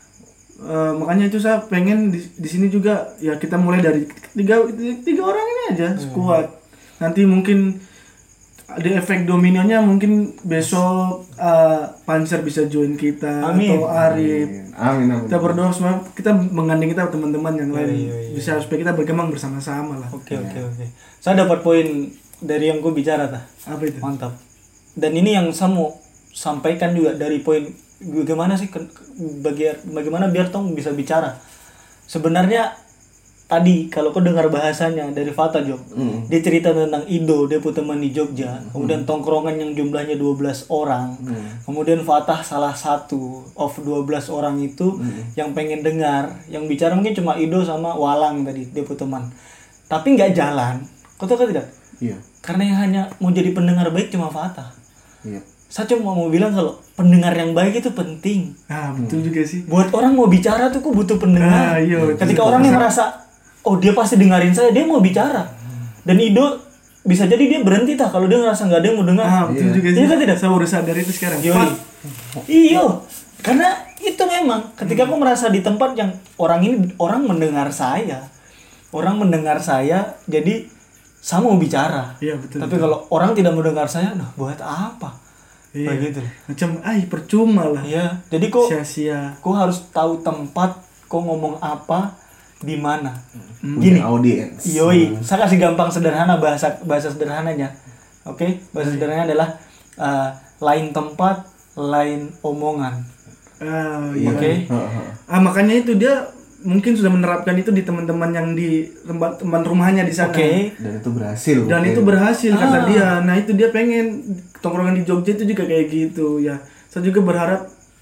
Eh, makanya itu saya pengen di, di sini juga ya kita mulai dari tiga tiga orang ini aja squad. Nanti mungkin ada efek dominonya, mungkin besok eh, Panser bisa join kita Amin. atau Arif. amin amin Kita berdoa semua kita menggandeng kita teman-teman yang lain iya, iya. bisa supaya kita berkembang bersama-sama lah. Oke oke oke. Saya dapat poin dari yang gue bicara tah. Apa itu? Mantap. Dan ini yang saya mau sampaikan juga dari poin bagaimana sih ke- bagi bagaimana biar tong bisa bicara. Sebenarnya tadi kalau kau dengar bahasanya dari Fata Jo, Hmm. dia cerita tentang Indo, dia punya teman di Jogja, kemudian tongkrongan yang jumlahnya dua belas orang, kemudian Fatah salah satu of dua belas orang itu yang pengen dengar, yang bicara mungkin cuma Indo sama Walang tadi, dia punya teman, tapi nggak jalan, kau tahu kan tidak? iya Karena yang hanya mau jadi pendengar baik cuma Fatah. iya Saya cuma mau bilang kalau pendengar yang baik itu penting. Ah betul juga sih. Buat orang mau bicara tuh kok butuh pendengar. Ah, iya, betul. Ketika orang yang merasa, oh dia pasti dengerin saya, dia mau bicara. Dan Ido bisa jadi dia berhenti tah kalau dia ngerasa nggak ada yang mau dengar. Ah betul Iya. juga sih. Iya kan tidak? Saya baru sadar itu sekarang. Yoi. Fat. Iyo, karena itu memang ketika aku merasa di tempat yang orang ini orang mendengar saya, orang mendengar saya, jadi saya mau bicara. Iya betul. Tapi kalau orang tidak mendengar saya, nah buat apa? Iya. Begitu. Macam ay percuma lah. Iya, jadi kok Sia-sia. kok harus tahu tempat, kok ngomong apa, di mana. gini audiens Yoi, saya kasih gampang sederhana bahasa bahasa sederhananya. Oke, bahasa sederhananya adalah uh, lain tempat, lain omongan. Ah iya. Oke. Heeh. Ah makanya itu dia mungkin sudah menerapkan itu di teman-teman yang di tempat teman rumahnya di sana. Oke. dan itu berhasil Dan Oke. itu berhasil kata dia. Ah. Nah, itu dia pengen tongkrongan di Jogja itu juga kayak gitu ya. Saya juga berharap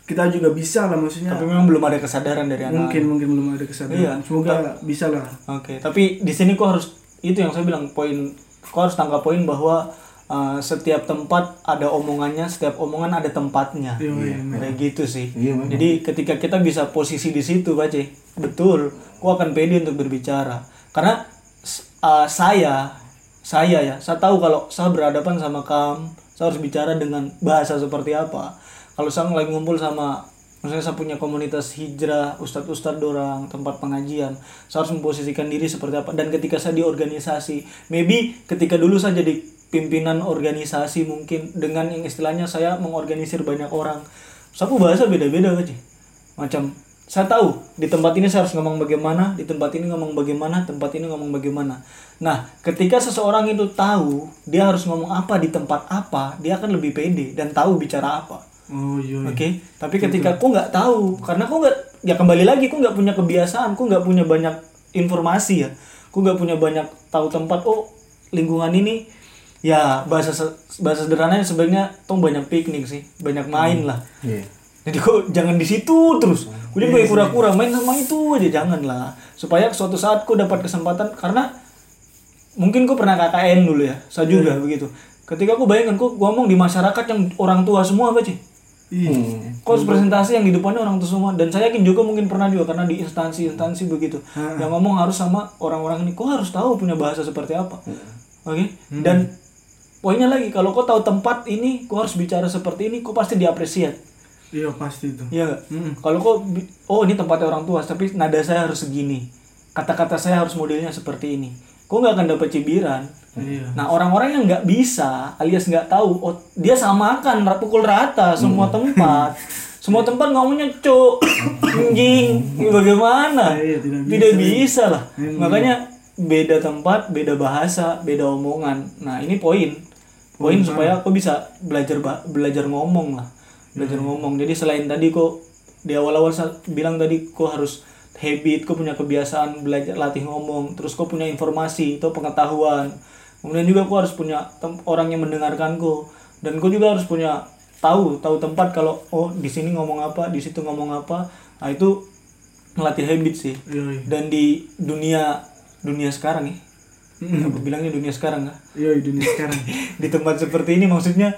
kita juga bisa lah, maksudnya. Tapi memang belum ada kesadaran dari anak. Mungkin mungkin belum ada kesadaran. Iya. Semoga bisa lah. Oke, tapi di sini kok harus itu yang saya bilang poin, kok harus tangkap poin bahwa uh, setiap tempat ada omongannya, setiap omongan ada tempatnya. Iya, iya, kayak gitu sih. Iya, Jadi ketika kita bisa posisi di situ, Bace, betul, kok akan pede untuk berbicara. Karena uh, saya saya ya, saya tahu kalau saya berhadapan sama kamu, saya harus bicara dengan bahasa seperti apa. Kalau saya lagi ngumpul sama, misalnya saya punya komunitas hijrah, ustadz-ustadz dorang, tempat pengajian, saya harus memposisikan diri seperti apa. Dan ketika saya di organisasi, maybe ketika dulu saya jadi pimpinan organisasi mungkin dengan yang istilahnya saya mengorganisir banyak orang, saya bahasa beda-beda aja. Macam saya tahu di tempat ini saya harus ngomong bagaimana, di tempat ini ngomong bagaimana, tempat ini ngomong bagaimana. Nah, ketika seseorang itu tahu dia harus ngomong apa di tempat apa, dia akan lebih pede dan tahu bicara apa. Oh iya. Oke, okay? Tapi ketika aku nggak tahu, karena aku nggak, ya kembali lagi, aku nggak punya kebiasaan, aku nggak punya banyak informasi ya, aku nggak punya banyak tahu tempat. Oh, lingkungan ini, ya bahasa bahasa sederhananya sebenarnya tuh banyak piknik sih, banyak main lah. Iya. Jadi kok jangan di situ terus, udah gue kura-kura main sama itu aja, jangan lah. Supaya suatu saat kau dapat kesempatan, karena mungkin kau pernah K K N dulu ya, saya juga yeah. begitu. Ketika aku bayangkan kau ngomong di masyarakat yang orang tua semua apa sih? Hmm. Kau harus presentasi yang di depannya orang tua semua, dan saya yakin juga mungkin pernah juga karena di instansi-instansi begitu. Hmm. Yang ngomong harus sama orang-orang ini, kau harus tahu punya bahasa seperti apa. Hmm. Oke? Okay? Hmm. Dan poinnya lagi, kalau kau tahu tempat ini, kau harus bicara seperti ini, kau pasti diapresiat. Iya, pasti itu. Iya enggak? Hmm. Kalau kau oh ini tempatnya orang tua, tapi nada saya harus segini. Kata-kata saya harus modelnya seperti ini. Kau nggak akan dapat cibiran. Iya. Nah, orang-orang yang nggak bisa alias nggak tahu, oh dia samakan pukul rata semua hmm. tempat. Semua tempat ngomongnya cuk, anjing, bagaimana? Iya, tidak bisa, tidak bisa lah. Hmm. Makanya beda tempat, beda bahasa, beda omongan. Nah, ini poin. Poin hmm. supaya aku bisa belajar belajar ngomong lah. Belajar hmm. ngomong. Jadi selain tadi kok di awal-awal saya bilang tadi kok harus habit, kok punya kebiasaan belajar latih ngomong, terus kok punya informasi atau pengetahuan. Kemudian juga kok harus punya tem- orang yang mendengarkanku, dan kok juga harus punya tahu tahu tempat kalau oh di sini ngomong apa, di situ ngomong apa. Nah, itu melatih habit sih. Yoi. Dan di dunia dunia sekarang ya. Mm. Aku bilangnya dunia sekarang enggak? Iya, dunia sekarang. Di tempat seperti ini maksudnya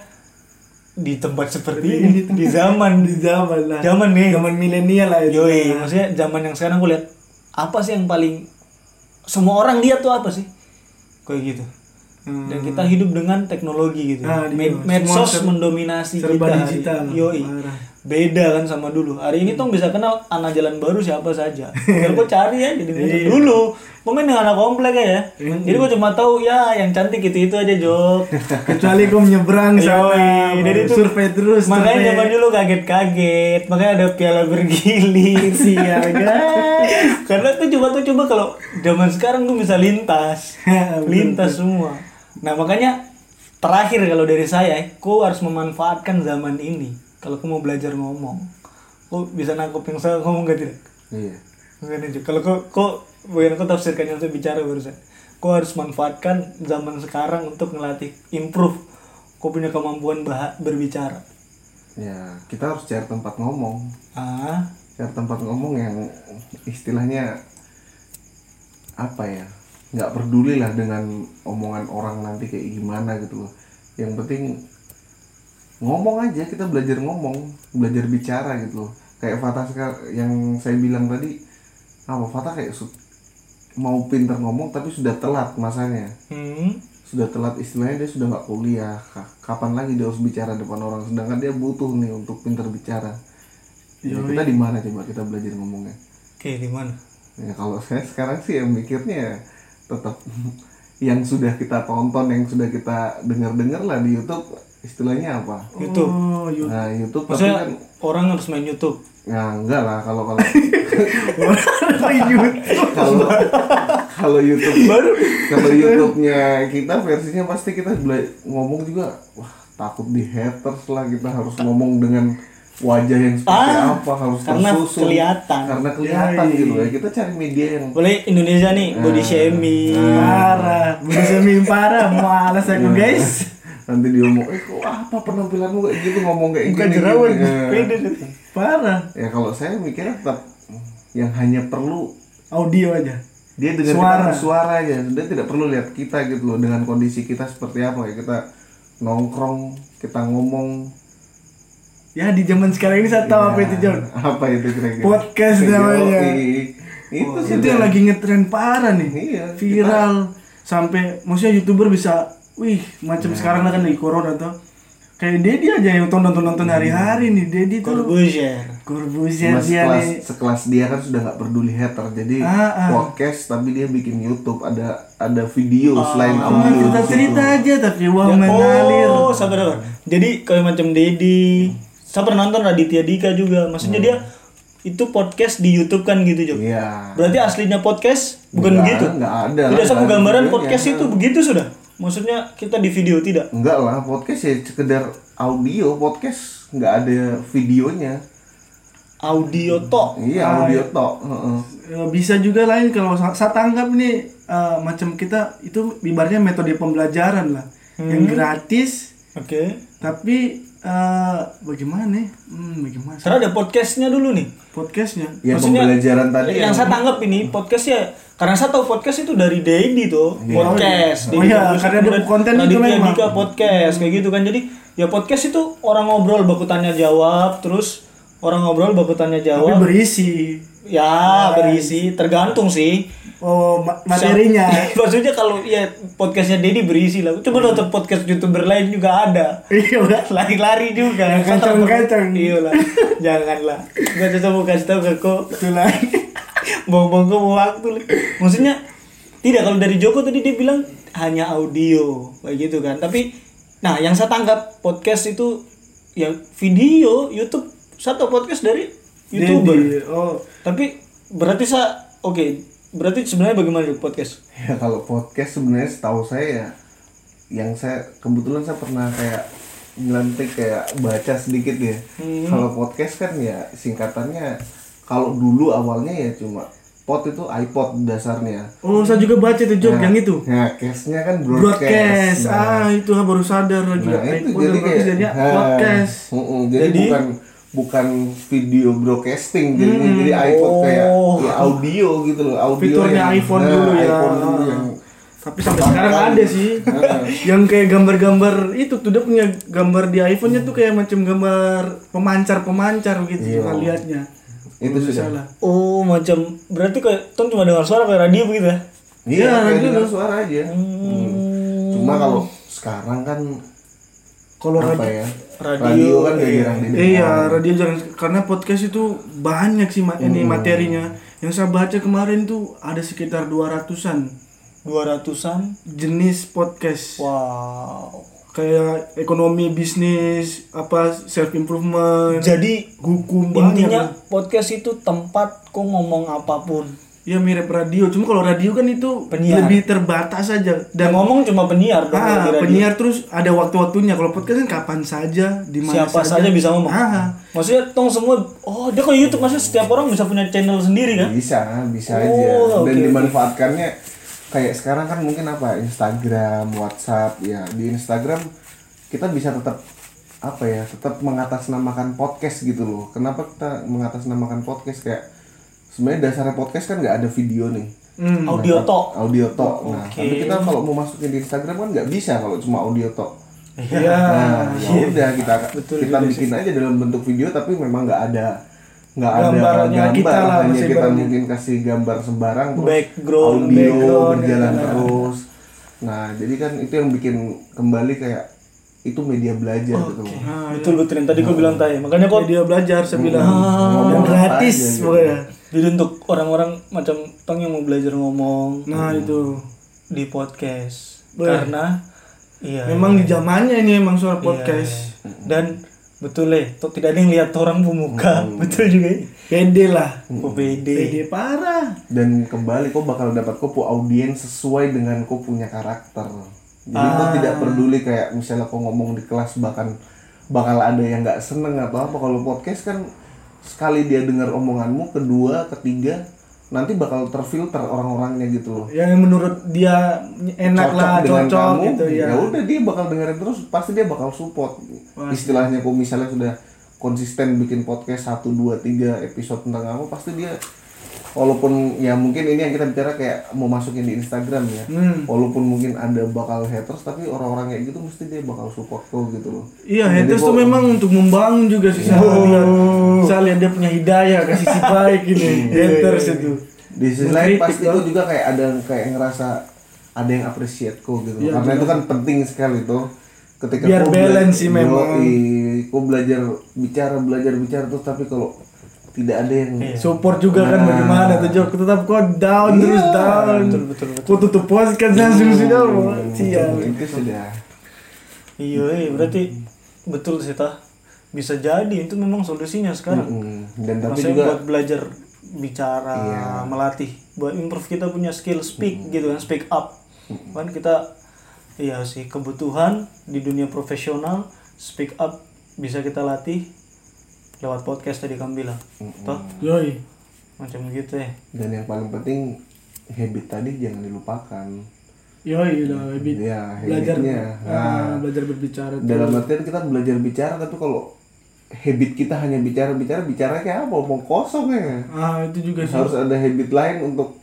di tempat seperti ini, di zaman di zaman lah. Zaman nih. Zaman milenial lah itu. Yoi, maksudnya zaman yang sekarang aku lihat apa sih yang paling semua orang lihat tuh apa sih? Kayak gitu. Hmm. Dan kita hidup dengan teknologi gitu. Nah, Med- medsos ser- mendominasi serba kita. Digital. Yoi. Parah. Beda kan sama dulu. Hari ini tuh bisa kenal anak jalan baru siapa saja. Kalau gue cari ya jadi dulu. Gue main dengan anak komplek ya. Jadi gue cuma tahu ya yang cantik itu itu aja Jok. Kecuali gue menyeberang sana. Jadi itu survei terus. Makanya zaman dulu kaget-kaget. Makanya ada piala bergilir sih ya guys. Karena tuh coba tuh coba kalau zaman sekarang tuh bisa lintas. Lintas semua. Nah makanya terakhir kalau dari saya, kau harus memanfaatkan zaman ini. Kalau kau mau belajar ngomong, kau bisa nangkep yang saya ngomong gak tidak? Iya. Kalau kau kau bukan kau tafsirkan yang saya bicara barusan. Kau harus manfaatkan zaman sekarang untuk ngelatih, improve. Kau punya kemampuan bah- berbicara. Ya, kita harus cari tempat ngomong. Ah, cari tempat ngomong yang istilahnya apa ya? Nggak peduli lah dengan omongan orang nanti kayak gimana gitu loh. Yang penting ngomong aja, kita belajar ngomong, belajar bicara gitu loh. Kayak Fatah yang saya bilang tadi, apa Fatah kayak su- mau pinter ngomong tapi sudah telat masanya. Hmm. Sudah telat istilahnya, dia sudah nggak kuliah. Kapan lagi dia harus bicara depan orang, sedangkan dia butuh nih untuk pinter bicara. Ya, kita di mana coba kita belajar ngomongnya? Oke, di mana? Ya kalau saya sekarang sih yang mikirnya tetap yang sudah kita tonton, yang sudah kita dengar-dengar lah di YouTube, istilahnya apa? YouTube. Oh, YouTube. Nah, YouTube maksudnya tapi kan orang harus main YouTube. Ya enggak lah kalau kalau YouTube. Kalau kalau YouTube baru kalau YouTube-nya kita versinya pasti kita bela- ngomong juga wah takut di haters lah, kita harus ngomong dengan wajah yang seperti ah, apa, harus karena tersusun kelihatan. karena kelihatan ya, gitu ya. Kita cari media yang boleh Indonesia nih nah, body shaming nah, parah body shaming parah malas aku nah, guys nanti dia ngomong eh kok apa penampilanmu kayak gitu, ngomong kayak bukan gini jerawat gitu. beda Parah. Ya kalau saya mikirnya tetap yang hanya perlu Audio aja. dia dengan Suara. kita suara aja, dia tidak perlu lihat kita gitu loh dengan kondisi kita seperti apa ya, kita nongkrong, kita ngomong. Ya di zaman sekarang ini saya tahu Ya, apa itu John. apa itu kira-kira? Podcast namanya. Yoi. Itu Oh, sudah. itu yang lagi ngetren parah nih. Iya, Viral sampai maksudnya YouTuber bisa wih macam sekarang lah kan lagi corona tuh. Kayak Dedi aja yang tonton-tonton hari-hari nih. Dedi tuh Corbusier. Corbusier Mas dia sekelas, nih. sekelas dia kan sudah nggak peduli hater, jadi Ah, ah. podcast tapi dia bikin YouTube, ada ada video selain Cuma audio. cerita-cerita aja tapi wah Ya, mengalir. oh, sabar sabar. Jadi kayak macam Dedi. Saya pernah nonton Raditya Dika juga. Maksudnya dia itu podcast di YouTube kan gitu, Jo. Iya. Berarti aslinya podcast bukan Nggak, begitu. nggak ada. Tidak sama Nggak ada gambaran videonya. podcast itu begitu sudah. Maksudnya kita di video tidak. Enggak lah, podcast ya sekedar audio, podcast nggak ada videonya. Audio tok. Iya, Ah, audio iya. tok. Heeh. Ya, bisa juga lain kalau sa- saya tanggap nih eh, macam kita itu ibaratnya metode pembelajaran lah yang gratis Oke. tapi eh, bagaimana nih? Hmm, bagaimana? sih? Karena ada podcastnya dulu nih. Podcastnya. Ya Maksudnya, pembelajaran tadi yang saya tanggap ini podcastnya karena saya tahu podcast itu dari Dedi tuh podcast. Oh Dedi iya, Corbusier, karena ada kemudian konten itu Raditya memang. Dika podcast kayak gitu kan. Jadi ya podcast itu orang ngobrol baku tanya jawab, terus orang ngobrol baku tanya Tapi jawab. berisi. Ya berisi, tergantung sih. Oh, ma- materinya. Maksudnya kalau ya podcastnya Dedi berisi lah. Coba nonton podcast youtuber lain juga ada. Iya udah. Lari-lari juga. Yang kacang-kacang. Iya lah. Janganlah. Gak cocok mau kasih tahu ke kok. Itulah. Bong-bong kok mau waktu. Li. Maksudnya tidak, kalau dari Joko tadi dia bilang hanya audio kayak gitu kan. Tapi nah yang saya tangkap podcast itu ya video YouTube, satu podcast dari YouTuber. Dedi. Oh, Tapi berarti saya oke, berarti sebenarnya bagaimana di podcast? Ya kalau podcast sebenarnya setahu saya ya, yang saya kebetulan saya pernah kayak ngelantik kayak baca sedikit ya. Hmm. Kalau podcast kan ya singkatannya, kalau dulu awalnya ya cuma pod itu iPod dasarnya. oh saya juga baca itu Jok yang itu. Nah, case-nya kan broadcast. Broadcast. Nah, Ah, itu ah, baru sadar lagi. nah itu iPod jadi broadcast kayak jadinya nah, podcast. mm-mm, jadi, Jadi- bukan bukan video broadcasting, jadi jadi iPod Oh. kayak ya audio gitu loh, audio Fiturnya yang- iPhone nah, dulu ya. iPhone dulu yang Tapi sampai sekarang ada sih. Heeh. Yang kayak gambar-gambar itu tuh dia punya gambar di iPhone-nya tuh kayak macam gambar pemancar-pemancar gitu Iya. kita lihatnya. Itu Kalau sudah. salah. Oh, macam berarti kayak Tom cuma dengar suara kayak radio begitu ya? Iya, Iya, kayak radio dengar tuh. suara aja. Hmm. Cuma kalau sekarang kan Kalau apa radio, ya? radio, kan udah iya. jarang didengar. iya radio jarang karena podcast itu banyak sih ma- ini materinya. Yang saya baca kemarin tuh ada sekitar dua ratusan dua ratusan. jenis podcast. Wow. Kayak ekonomi, bisnis, apa self improvement, Jadi hukum banyak. intinya podcast itu tempat kok ngomong apapun. Ya mirip radio, cuma kalau radio kan itu Penyiar. lebih terbatas saja Dan dan ngomong cuma penyiar dong ah, di radio. penyiar terus ada waktu-waktunya. Kalau podcast kan kapan saja, di mana Siapa saja bisa ngomong. Ah, Maksudnya tong semua, oh dia kayak YouTube, maksudnya setiap orang bisa punya channel sendiri kan? Bisa, bisa Oh, aja. Dan oke, oke. dimanfaatkannya kayak sekarang kan mungkin apa? Instagram, WhatsApp ya. Di Instagram kita bisa tetap apa ya? Tetap mengatasnamakan podcast gitu loh. Kenapa kita mengatasnamakan podcast kayak sebenarnya dasarnya podcast kan nggak ada video nih. hmm. Audio tok. Audio tok. Nah, Oke. tapi kita kalau mau masukin di Instagram kan nggak bisa kalau cuma audio tok. Iya. Nah, ya udah kita Betul kita juga bikin aja dalam bentuk video tapi memang nggak ada nggak ada Gambarnya gambar, kita lah, hanya masih kita ibaratnya. mungkin kasih gambar sembarang terus Background, audio background, berjalan ya. terus. Nah, jadi kan itu yang bikin kembali kayak itu media belajar gitu loh. Nah, Betul betul yang tadi kau bilang tadi. Makanya kok dia belajar saya bilang Ngomong yang apa gratis aja gitu. pokoknya. jadi untuk orang-orang macam tong yang mau belajar ngomong Nah itu di podcast. Boleh. Karena iya. memang di zamannya ini emang suara iya, podcast. iya. Dan betul ya, tuh tidak ada yang lihat orang pemuka. Betul juga. ya. Pede lah. Oh, pede. Pede parah. Dan kembali kau bakal dapat kau pu audiens sesuai dengan kau punya karakter. Jadi kau tidak peduli kayak misalnya kau ngomong di kelas bahkan bakal ada yang nggak seneng atau apa. Kalau podcast kan sekali dia dengar omonganmu, kedua, ketiga nanti bakal terfilter orang-orangnya gitu loh. Yang menurut dia enak Cocok lah, dengan cocok kamu, gitu ya. ya udah dia bakal dengerin terus, pasti dia bakal support. Wah. Istilahnya kau misalnya sudah konsisten bikin podcast satu dua tiga episode tentang apa, pasti dia walaupun ya mungkin ini yang kita bicara kayak mau masukin di Instagram ya, hmm. walaupun mungkin ada bakal haters, tapi orang-orang kayak gitu mesti dia bakal support kok gitu loh. Iya, haters tuh memang untuk membangun juga sih. Saya lihat, saya lihat dia punya hidayah ke sisi baik ini. Haters itu. Di sisi lain pasti itu juga kayak ada kayak ngerasa ada yang appreciate kok gitu. Ya, karena juga. Itu kan penting sekali tuh. Ketika biar balance sih memang. Kau belajar bicara belajar bicara terus tapi kalau tidak ada yang iya. support juga nah. kan bagaimana tuh Jok, tetap kau down iya. terus down betul betul betul kau tutup post kan langsung sudah siap itu sudah iya berarti betul sih tah, bisa jadi itu memang solusinya sekarang. Mm-hmm. Dan tapi maksudnya juga buat belajar bicara iya. melatih buat improve kita punya skill speak mm-hmm. gitu kan, speak up mm-hmm. kan kita iya sih kebutuhan di dunia profesional speak up bisa kita latih lewat podcast tadi kamu bilang, mm-hmm. toh, yoi, macam gitu ya. Dan yang paling penting habit tadi jangan dilupakan. Yoi, udah habit. Ya, belajar, nah, uh, belajar berbicara. Dalam artian kita belajar bicara, tapi kalau habit kita hanya bicara bicara bicara kayak apa? Mau kosong ya. Ah itu juga sih. Harus ada habit lain untuk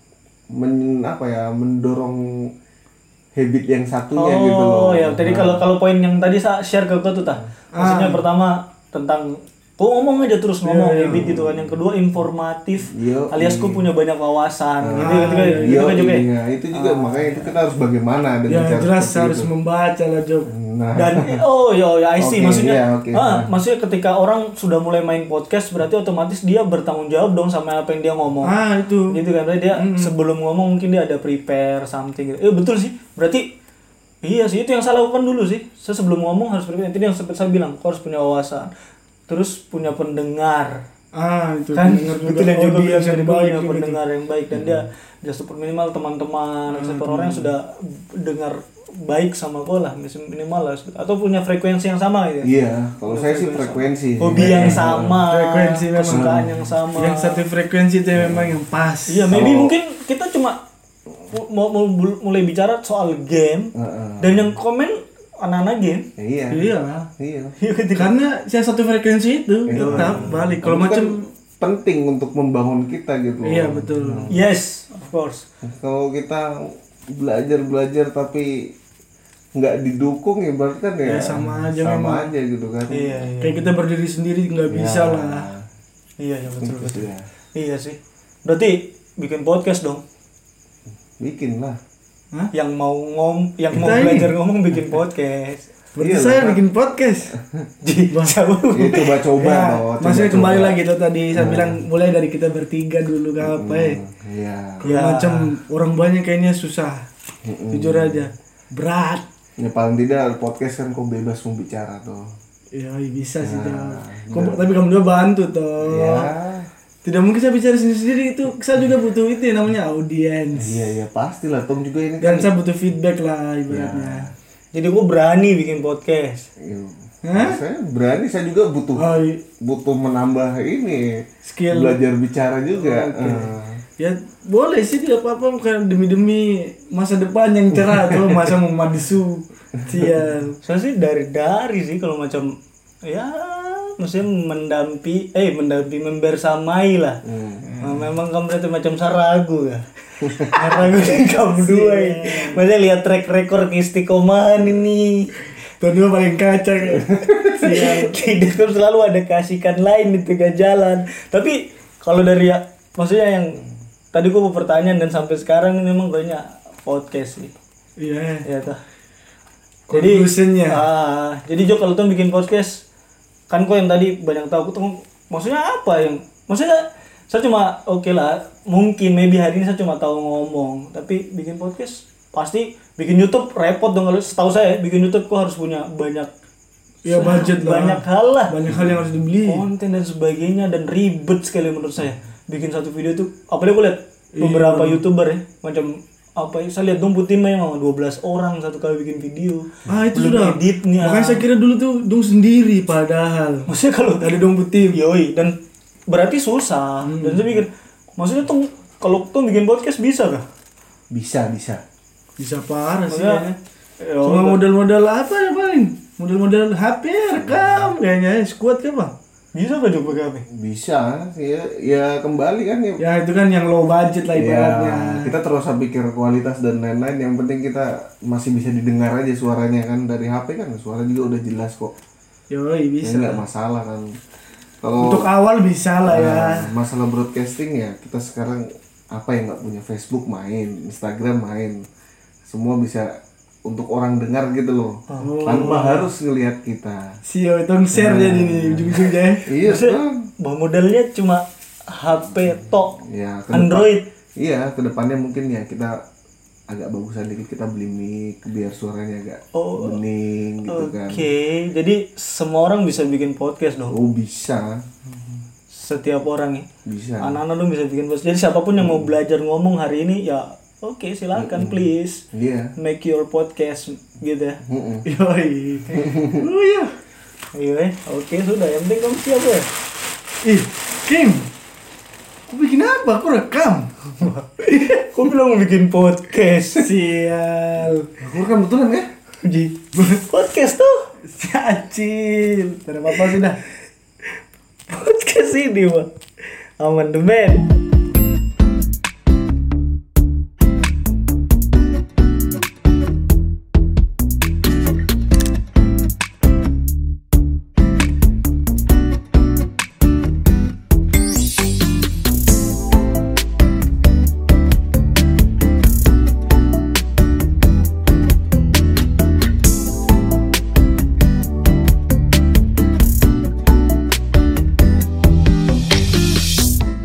men apa ya mendorong habit yang satunya oh, gitu loh. Oh ya, tadi kalau nah. kalau poin yang tadi saya share ke kau tuh tah. Maksudnya ah. pertama tentang kau ngomong aja terus ngomong yeah, habit yeah. gitu kan. Yang kedua informatif, yo, alias kau punya banyak wawasan. Ah, gitu, gitu, yo, gitu kan juga. Iya, itu juga ah. makanya itu kita harus bagaimana dengan ya, cara jelas harus itu. membaca lah Job. Nah. Dan oh yo ya I see okay, maksudnya. Yeah, okay. ah, nah. maksudnya ketika orang sudah mulai main podcast berarti otomatis dia bertanggung jawab dong sama apa yang dia ngomong. Ah itu. Gitu kan. Berarti dia mm-hmm. sebelum ngomong mungkin dia ada prepare something gitu. Eh betul sih. Berarti iya sih itu yang saya lakukan dulu sih. Saya sebelum ngomong harus prepare. Itu yang sempat saya bilang, kau harus punya wawasan. Terus punya pendengar, ah itu kan itu yang juga yang bisa baik, punya pendengar yang baik dan hmm. dia dia support minimal teman-teman, hmm. support orang yang sudah dengar baik sama gue lah minimal lah, atau punya frekuensi yang sama gitu. Iya, kalau saya sih frekuensi, hobi yang sama, frekuensi kesukaan yang sama, yang satu frekuensi itu memang yang pas. Iya, maybe mungkin kita cuma mau mulai bicara soal game uh-uh. dan yang komen anak-anak game. Iya. Iya. Iya. Karena yang satu frekuensi itu iya. tetap balik. Kalau macam kan penting untuk membangun kita gitu. Iya, betul. Hmm. Yes, of course. Kalau kita belajar-belajar tapi nggak didukung ya berarti kan ya, ya sama aja sama memang. aja gitu kan. Iya, iya. Kayak kita berdiri sendiri nggak bisa ya. lah. Iya, ya betul betul. Ya. Iya sih. Berarti bikin podcast dong. Bikin lah. Hah? Yang mau ngom, yang kita mau belajar ini. Ngomong bikin podcast. Berarti iya, saya bikin podcast. Coba coba-coba. Ya, loh, maksudnya coba, kembali coba. lagi tuh tadi saya hmm. bilang mulai dari kita bertiga dulu kan apa ya. Iya. Ya. Macam orang banyak kayaknya susah. Hmm. Jujur aja. Berat. Ya paling tidak podcast kan kau bebas mau bicara tuh. Ya bisa sih nah, kau, tapi kamu juga bantu tuh. Ya. Tidak mungkin saya bicara sendiri-sendiri itu, saya juga butuh itu yang namanya audiens. Iya iya pastilah, Tom juga ini. Dan kan saya butuh feedback lah ibaratnya. Ya. Jadi gue berani bikin podcast. Hah? Saya berani, saya juga butuh oh, iya. butuh menambah ini skill belajar bicara juga. Oh, okay. uh. Ya boleh sih tidak apa-apa kan demi-demi masa depan yang cerah tuh masa mau madisu. Sial. Saya sih dari-dari sih kalau macam ya maksudnya mendampi eh mendampi membersamai lah. Hmm. Nah, memang kamu berarti macam saragu ya. Ragu nih kamu dua ini. Maksudnya lihat track record istiqomahan ini. Tuh dua paling kacang. Tidak kan selalu ada kasihkan lain di tengah jalan. Tapi kalau dari ya, maksudnya yang tadi gua mau pertanyaan dan sampai sekarang ini memang banyak podcast sih. Iya. Iya tuh. Jadi ah, jadi Jo kalau tuh bikin podcast kan kok yang tadi banyak tahu tuh maksudnya apa yang maksudnya saya cuma oke okay lah mungkin maybe hari ini saya cuma tahu ngomong tapi bikin podcast pasti bikin YouTube repot dong kalau setahu saya bikin YouTube kok harus punya banyak ya budget lah banyak hal lah banyak hal yang harus dibeli konten dan sebagainya dan ribet sekali menurut saya bikin satu video tuh apalagi aku lihat beberapa iya. YouTuber ya macam apa ya, saya lihat dong Putin memang dua belas orang satu kali bikin video. Ah itu belum sudah editnya. Makanya saya kira dulu tuh dong sendiri padahal. Maksudnya kalau ada dong Putin. Yoi dan berarti susah. Hmm. Dan saya pikir maksudnya tuh kalau tuh bikin podcast bisa kah? Bisa, bisa. Bisa parah sih ya. Cuma modal-modal apa ya paling? Modal-modal H P rekam kayaknya squad kan Bang? Bisa gak coba pakai H P? Bisa, ya, ya kembali kan ya. Ya itu kan yang low budget lah ibaratnya. Ya, kita terus pikir kualitas dan lain-lain. Yang penting kita masih bisa didengar aja suaranya kan dari H P kan. Suara juga udah jelas kok. Yoi bisa. Ya, nggak masalah kan. Kalau Untuk awal bisa lah ya. Nah, masalah broadcasting ya kita sekarang apa yang nggak punya Facebook main, Instagram main, semua bisa untuk orang dengar gitu loh, Oh. tanpa harus ngelihat kita. Sio itu share Nah. jadi nih ujung-ujungnya. Iya Maksudnya, kan? bahwa modelnya cuma H P tok, Ya, ke depan- Android. Iya, kedepannya mungkin ya kita agak bagusan dikit, kita beli mic biar suaranya agak Oh. bening gitu Oke, kan. jadi semua orang bisa bikin podcast dong. Oh bisa, Setiap orang ya. bisa. Anak-anak dong bisa bikin podcast. Jadi siapapun yang mau belajar ngomong hari ini ya oke silakan please Iya. make your podcast gitu ya. Mm-mm. Yoi. Oh iya. Iya, oke sudah. Yang penting kamu siap ya. Ih, Kim. Aku bikin apa? Aku rekam. Kau bilang mau bikin podcast. Sial. Aku kan betulan ya? Ji, podcast tuh. Cacil. Tidak apa-apa sudah. Podcast ini mah amandemen.